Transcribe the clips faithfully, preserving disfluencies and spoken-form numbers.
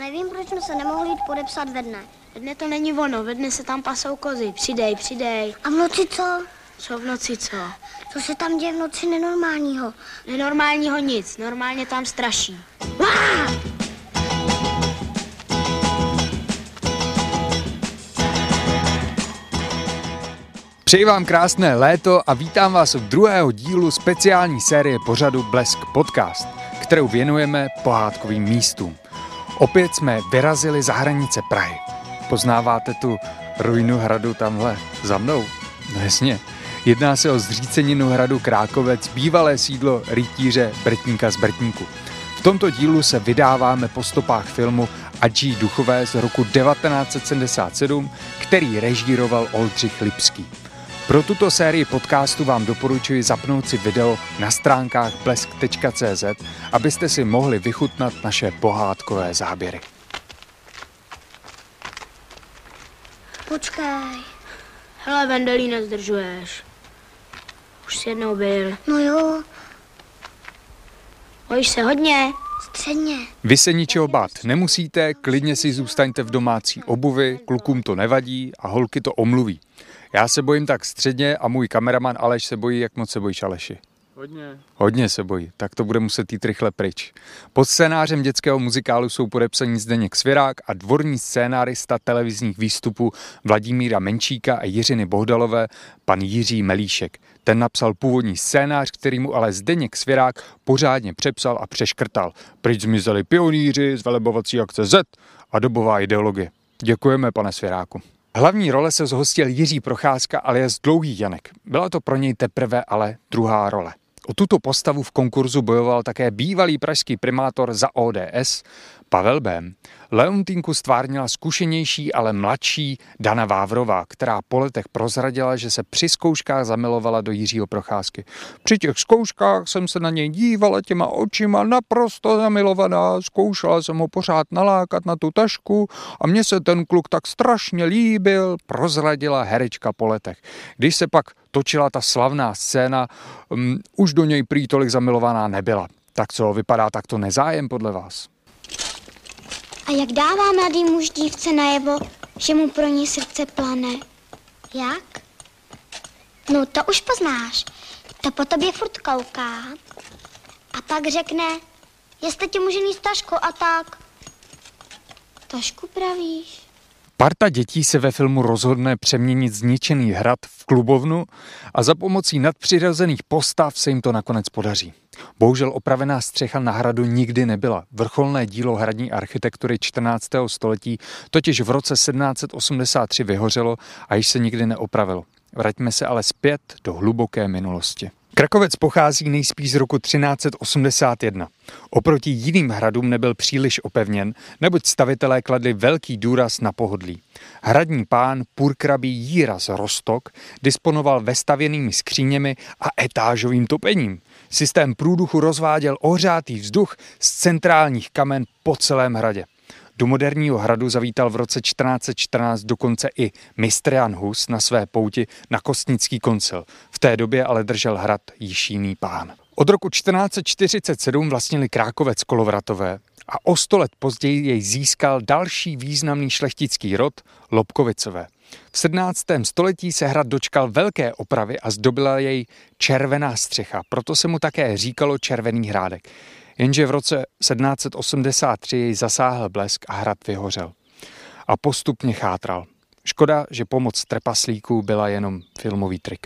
nevím, proč jsme se nemohli jít podepsat ve dne. Ve dne to není ono, ve dne se tam pasou kozy. Přidej, přidej. A v noci co? Co v noci co? Co se tam děje v noci nenormálního? Nenormálního nic, normálně tam straší. Uá! Přeji vám krásné léto a vítám vás u druhého dílu speciální série pořadu Blesk Podcast, kterou věnujeme pohádkovým místům. Opět jsme vyrazili za hranice Prahy. Poznáváte tu ruinu hradu tamhle za mnou? No jasně. Jedná se o zříceninu hradu Krákovec, bývalé sídlo rytíře Brtníka z Brtníku. V tomto dílu se vydáváme po stopách filmu Adží Duchové z roku devatenáct set sedmdesát sedm, který režíroval Oldřich Lipský. Pro tuto sérii podcastu vám doporučuji zapnout si video na stránkách blesk tečka cé zet, abyste si mohli vychutnat naše pohádkové záběry. Počkej. Hele, Vendelí, nezdržuješ. Už jsi jednou byl. No jo, Bojíš se hodně? středně. Vy se ničeho bát nemusíte, klidně si zůstaňte v domácí obuvi, klukům to nevadí a holky to omluví. Já se bojím tak středně a můj kameraman Aleš se bojí, jak moc se bojíš, Aleši? Hodně. Hodně se bojí, tak to bude muset jít rychle pryč. Pod scénářem dětského muzikálu jsou podepsaní Zdeněk Svěrák a dvorní scénárista televizních výstupů Vladimíra Menčíka a Jiřiny Bohdalové, pan Jiří Melíšek. Ten napsal původní scénář, který mu ale Zdeněk Svěrák pořádně přepsal a přeškrtal. Pryč zmizeli pionýři z velebovací akce Z a dobová ideologie. Děkujeme, pane Svěráku. Hlavní role se zhostil Jiří Procházka alias Dlouhý Janek. Byla to pro něj teprve ale druhá role. O tuto postavu v konkurzu bojoval také bývalý pražský primátor za O D S Pavel Bém. Leontýnku stvárnila zkušenější, ale mladší Dana Vávrová, která po letech prozradila, že se při zkouškách zamilovala do Jiřího Procházky. Při těch zkouškách jsem se na něj dívala těma očima, naprosto zamilovaná, zkoušela jsem ho pořád nalákat na tu tašku a mně se ten kluk tak strašně líbil, prozradila herečka po letech. Když se pak točila ta slavná scéna, um, už do něj prý tolik zamilovaná nebyla. Tak co, vypadá takto nezájem podle vás? A jak dává mladý muž dívce najevo, že mu pro ní srdce plane? Jak? No to už poznáš. To po tobě furt kouká. A pak řekne, jestli ti může níst tašku a tak. Tašku pravíš? Parta dětí se ve filmu rozhodne přeměnit zničený hrad v klubovnu a za pomocí nadpřirozených postav se jim to nakonec podaří. Bohužel opravená střecha na hradu nikdy nebyla. Vrcholné dílo hradní architektury čtrnáctého století totiž v roce sedmnáct set osmdesát tři vyhořelo a již se nikdy neopravilo. Vraťme se ale zpět do hluboké minulosti. Krakovec pochází nejspíš z roku třináct set osmdesát jedna. Oproti jiným hradům nebyl příliš opevněn, neboť stavitelé kladli velký důraz na pohodlí. Hradní pán purkrabí Jíraz Rostok disponoval vestavěnými skříněmi a etážovým topením. Systém průduchu rozváděl ohřátý vzduch z centrálních kamen po celém hradě. Do moderního hradu zavítal v roce čtrnáct set čtrnáct dokonce i mistr Jan Hus na své pouti na Kostnický koncil. V té době ale držel hrad již jiný pán. Od roku čtrnáct set čtyřicet sedm vlastnili Krákovec Kolovratové a o sto let později jej získal další významný šlechtický rod Lobkovicové. V sedmnáctém století se hrad dočkal velké opravy a zdobila jej červená střecha, proto se mu také říkalo Červený hrádek. Jenže v roce sedmnáct set osmdesát tři jej zasáhl blesk a hrad vyhořel. A postupně chátral. Škoda, že pomoc trpaslíků byla jenom filmový trik.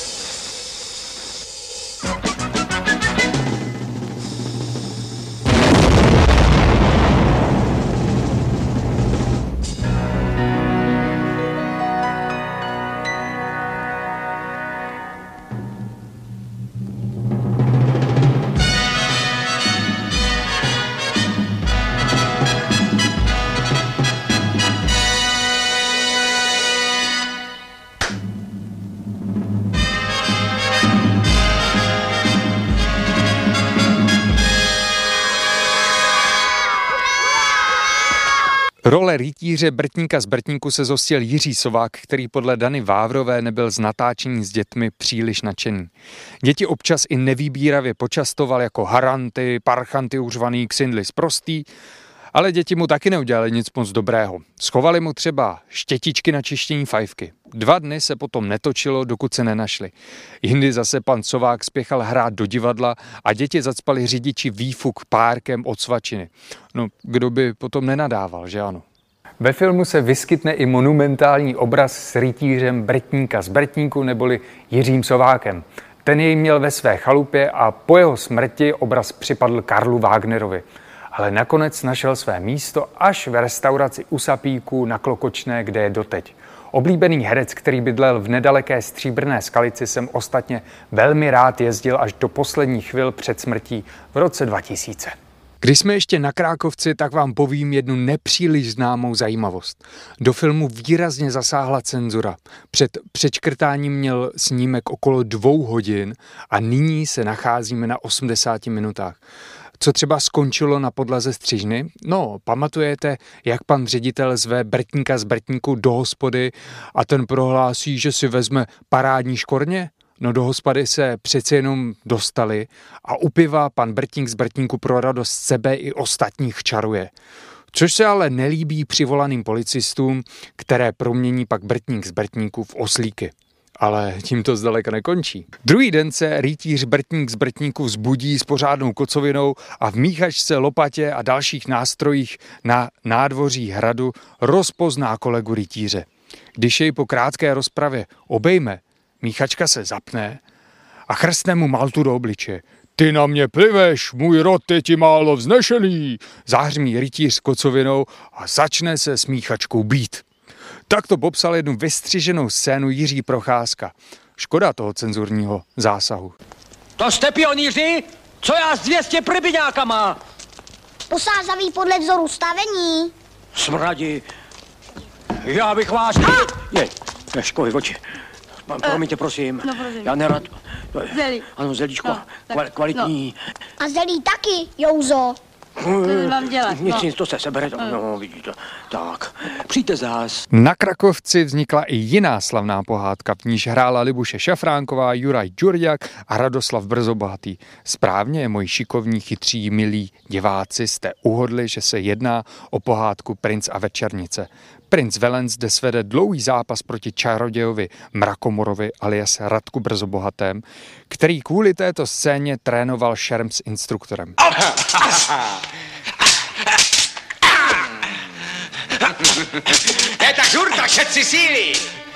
Role rytíře Brtníka z Brtníku se zhostil Jiří Sovák, který podle Dany Vávrové nebyl z natáčení s dětmi příliš nadšený. Děti občas i nevýbíravě počastoval jako haranty, parchanty uřvaný, ksindly sprostý Ale děti mu taky neudělali nic moc dobrého. Schovali mu třeba štětičky na čištění fajfky. Dva dny se potom netočilo, dokud se nenašli. Jindy zase pan Sovák spěchal hrát do divadla a děti zacpali řidiči výfuk párkem od svačiny. No, kdo by potom nenadával, že ano? Ve filmu se vyskytne i monumentální obraz s rytířem Brtníka z Brtníku neboli Jiřím Sovákem. Ten jej měl ve své chalupě a po jeho smrti obraz připadl Karlu Wagnerovi. Ale nakonec našel své místo až v restauraci u Sapíků na Klokočné, kde je doteď. Oblíbený herec, který bydlel v nedaleké Stříbrné Skalici, jsem ostatně velmi rád jezdil až do posledních chvil před smrtí v roce dva tisíce. Když jsme ještě na Krákovci, tak vám povím jednu nepříliš známou zajímavost. Do filmu výrazně zasáhla cenzura. Před přečkrtáním měl snímek okolo dvou hodin a nyní se nacházíme na osmdesáti minutách. Co třeba skončilo na podlaze střižny? No, pamatujete, jak pan ředitel zve Brtníka z Brtníku do hospody a ten prohlásí, že si vezme parádní škorně? No do hospody se přece jenom dostali a u piva pan Brtník z Brtníku pro radost sebe i ostatních čaruje. Což se ale nelíbí přivolaným policistům, které promění pak Brtník z Brtníku v oslíky. Ale tím to zdaleka nekončí. Druhý den se rytíř Brtník z Brtníku vzbudí s pořádnou kocovinou a v míchačce, lopatě a dalších nástrojích na nádvoří hradu rozpozná kolegu rytíře. Když jej po krátké rozpravě obejme, míchačka se zapne a chrstne mu maltu do obličeje. Ty na mě pliveš, můj rod je ti málo vznešený, zahřmí rytíř s kocovinou a začne se s míchačkou být. Tak to popsal jednu vystřiženou scénu Jiří Procházka. Škoda toho cenzurního zásahu. To jste pionýři? Co já s dvě stě prbyňákama? Posázaví podle vzoru stavení. Smradi. Já bych vás... Je, neškohy v oči. Promiňte, prosím. No, prosím. Já nerad... Zelí. Ano, zelíčko. No, tak, Kval, kvalitní. A zelí taky, Jouzo. To mám dělat, Nic, no. nic, to se sebere. No, vidíte. Tak, přijďte zás. Na Krakovci vznikla i jiná slavná pohádka, v níž hrála Libuše Šafránková, Juraj Džurďak a Radoslav Brzobohatý. Správně, moji šikovní, chytří, milí diváci, jste uhodli, že se jedná o pohádku Princ a večernice. Princ Velen zde svede dlouhý zápas proti čarodějovi Mrakomorovi alias Radku Brzobohatém, který kvůli této scéně trénoval šerm s instruktorem. To je tak žurta, šetři síly!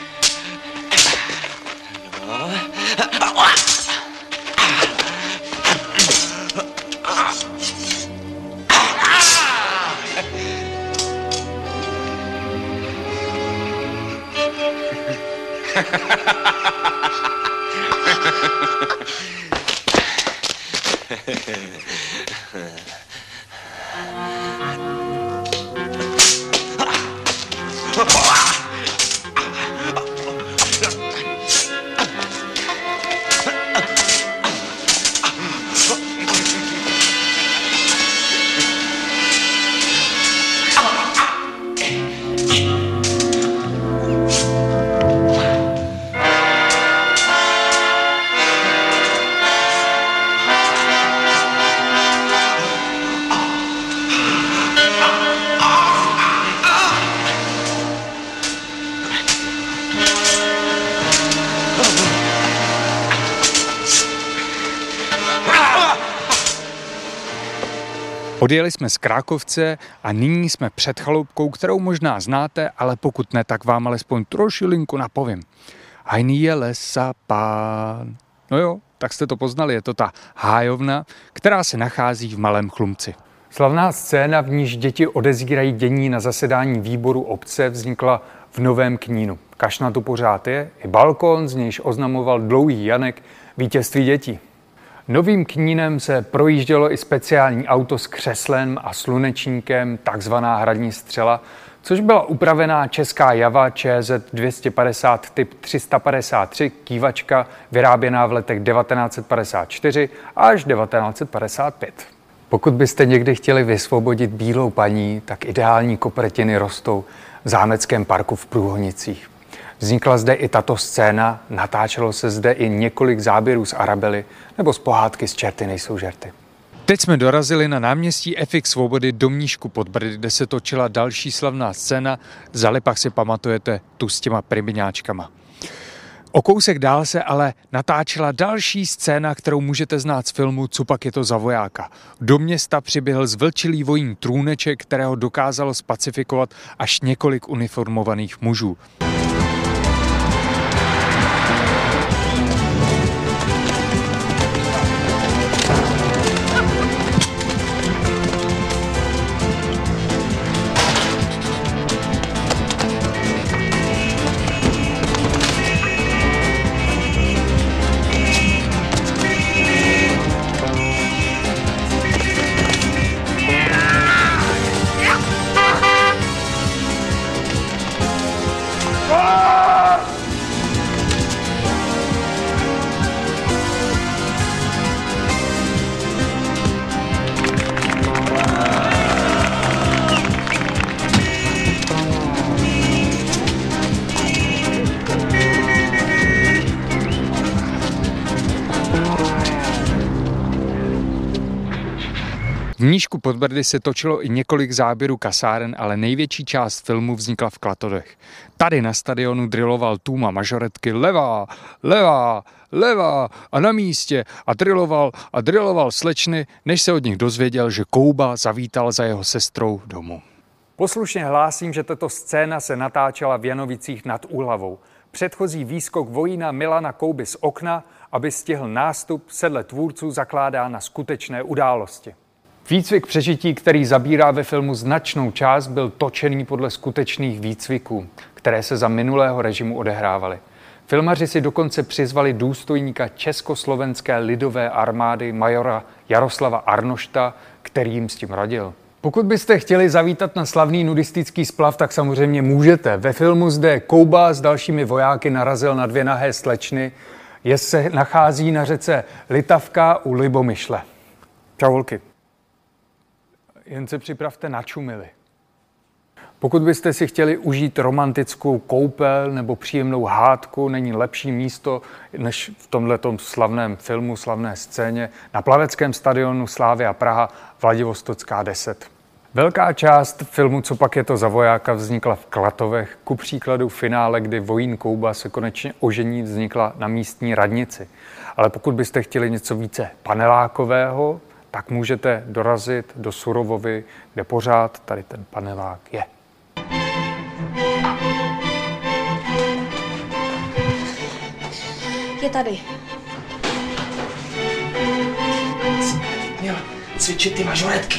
Odjeli jsme z Krákovce a nyní jsme před chaloupkou, kterou možná znáte, ale pokud ne, tak vám alespoň trošilinku napovím. Hajný je lesa pán. No jo, tak jste to poznali, je to ta hájovna, která se nachází v Malém Chlumci. Slavná scéna, v níž děti odezírají dění na zasedání výboru obce, vznikla v Novém Knínu. Kašna tu pořád je, i balkon, z nějž oznamoval dlouhý Janek vítězství dětí. Novým Knínem se projíždělo i speciální auto s křeslem a slunečníkem, takzvaná hradní střela, což byla upravená česká Java Č Z dvě stě padesát typ tři sta padesát tři, kývačka, vyráběná v letech devatenáct set padesát čtyři až devatenáct set padesát pět. Pokud byste někdy chtěli vysvobodit bílou paní, tak ideální kopretiny rostou v Zámeckém parku v Průhonicích. Vznikla zde i tato scéna, natáčelo se zde i několik záběrů z Arabely nebo z pohádky Z čerty nejsou žerty. Teď jsme dorazili na náměstí F X Svobody do Mníšku pod Brdy, kde se točila další slavná scéna. Zali pak si pamatujete tu s těma pribiňáčkama. O kousek dál se ale natáčela další scéna, kterou můžete znát z filmu Co pak je to za vojáka. Do města přiběhl zvlčilý vojín Trůneček, kterého dokázalo spacifikovat až několik uniformovaných mužů. V Mníšku pod Brdy se točilo i několik záběrů kasáren, ale největší část filmu vznikla v Klatovech. Tady na stadionu drilloval Tůma mažoretky levá, levá, levá a na místě a drilloval a drilloval slečny, než se od nich dozvěděl, že Kouba zavítal za jeho sestrou domů. Poslušně hlásím, že tato scéna se natáčela v Janovicích nad Úhlavou. Předchozí výskok vojína Milana Kouby z okna, aby stihl nástup, se dle tvůrců zakládá na skutečné události. Výcvik přežití, který zabírá ve filmu značnou část, byl točený podle skutečných výcviků, které se za minulého režimu odehrávaly. Filmaři si dokonce přizvali důstojníka Československé lidové armády majora Jaroslava Arnošta, který jim s tím radil. Pokud byste chtěli zavítat na slavný nudistický splav, tak samozřejmě můžete. Ve filmu zde Kouba s dalšími vojáky narazil na dvě nahé slečny. Je se nachází na řece Litavka u Libomyšle. Čau holky. Jen se připravte na čumily. Pokud byste si chtěli užít romantickou koupel nebo příjemnou hádku, není lepší místo než v tomhletom slavném filmu, slavné scéně na plaveckém stadionu Slavia Praha Vladivostocká deset. Velká část filmu Co pak je to za vojáka vznikla v Klatovech, ku příkladu finále, kdy vojín Kouba se konečně ožení, vznikla na místní radnici. Ale pokud byste chtěli něco více panelákového, tak můžete dorazit do Surovovy, kde pořád tady ten panelák je. Je tady. Měl cvičit ty mažoretky.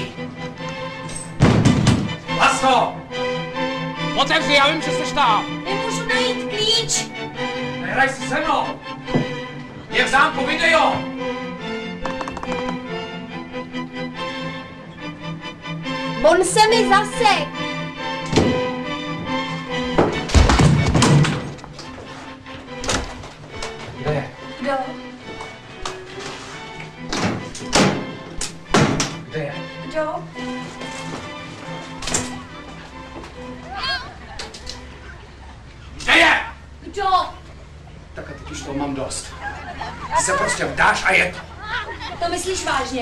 Lasto! Otevři, já vím, že jsi tam. Nemůžu najít klíč. Nehraj si se mnou. Je v zámku video. On se mi zasek. Kde je? Kdo? Kde je? Kdo? Kde je? Kdo? Tak a teď už toho mám dost. Ty se prostě vdáš a je to. To myslíš vážně?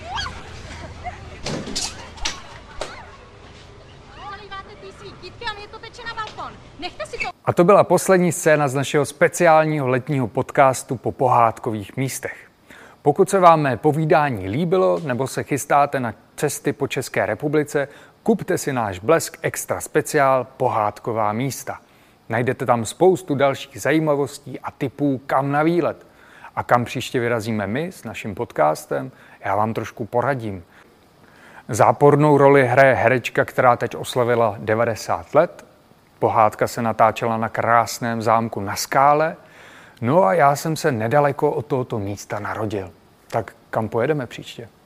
A to byla poslední scéna z našeho speciálního letního podcastu po pohádkových místech. Pokud se vám mé povídání líbilo nebo se chystáte na cesty po České republice, kupte si náš Blesk Extra speciál Pohádková místa. Najdete tam spoustu dalších zajímavostí a tipů, kam na výlet. A kam příště vyrazíme my s naším podcastem, já vám trošku poradím. Zápornou roli hraje herečka, která teď oslavila devadesát let. Pohádka se natáčela na krásném zámku na Skále. No a já jsem se nedaleko od tohoto místa narodil. Tak kam pojedeme příště?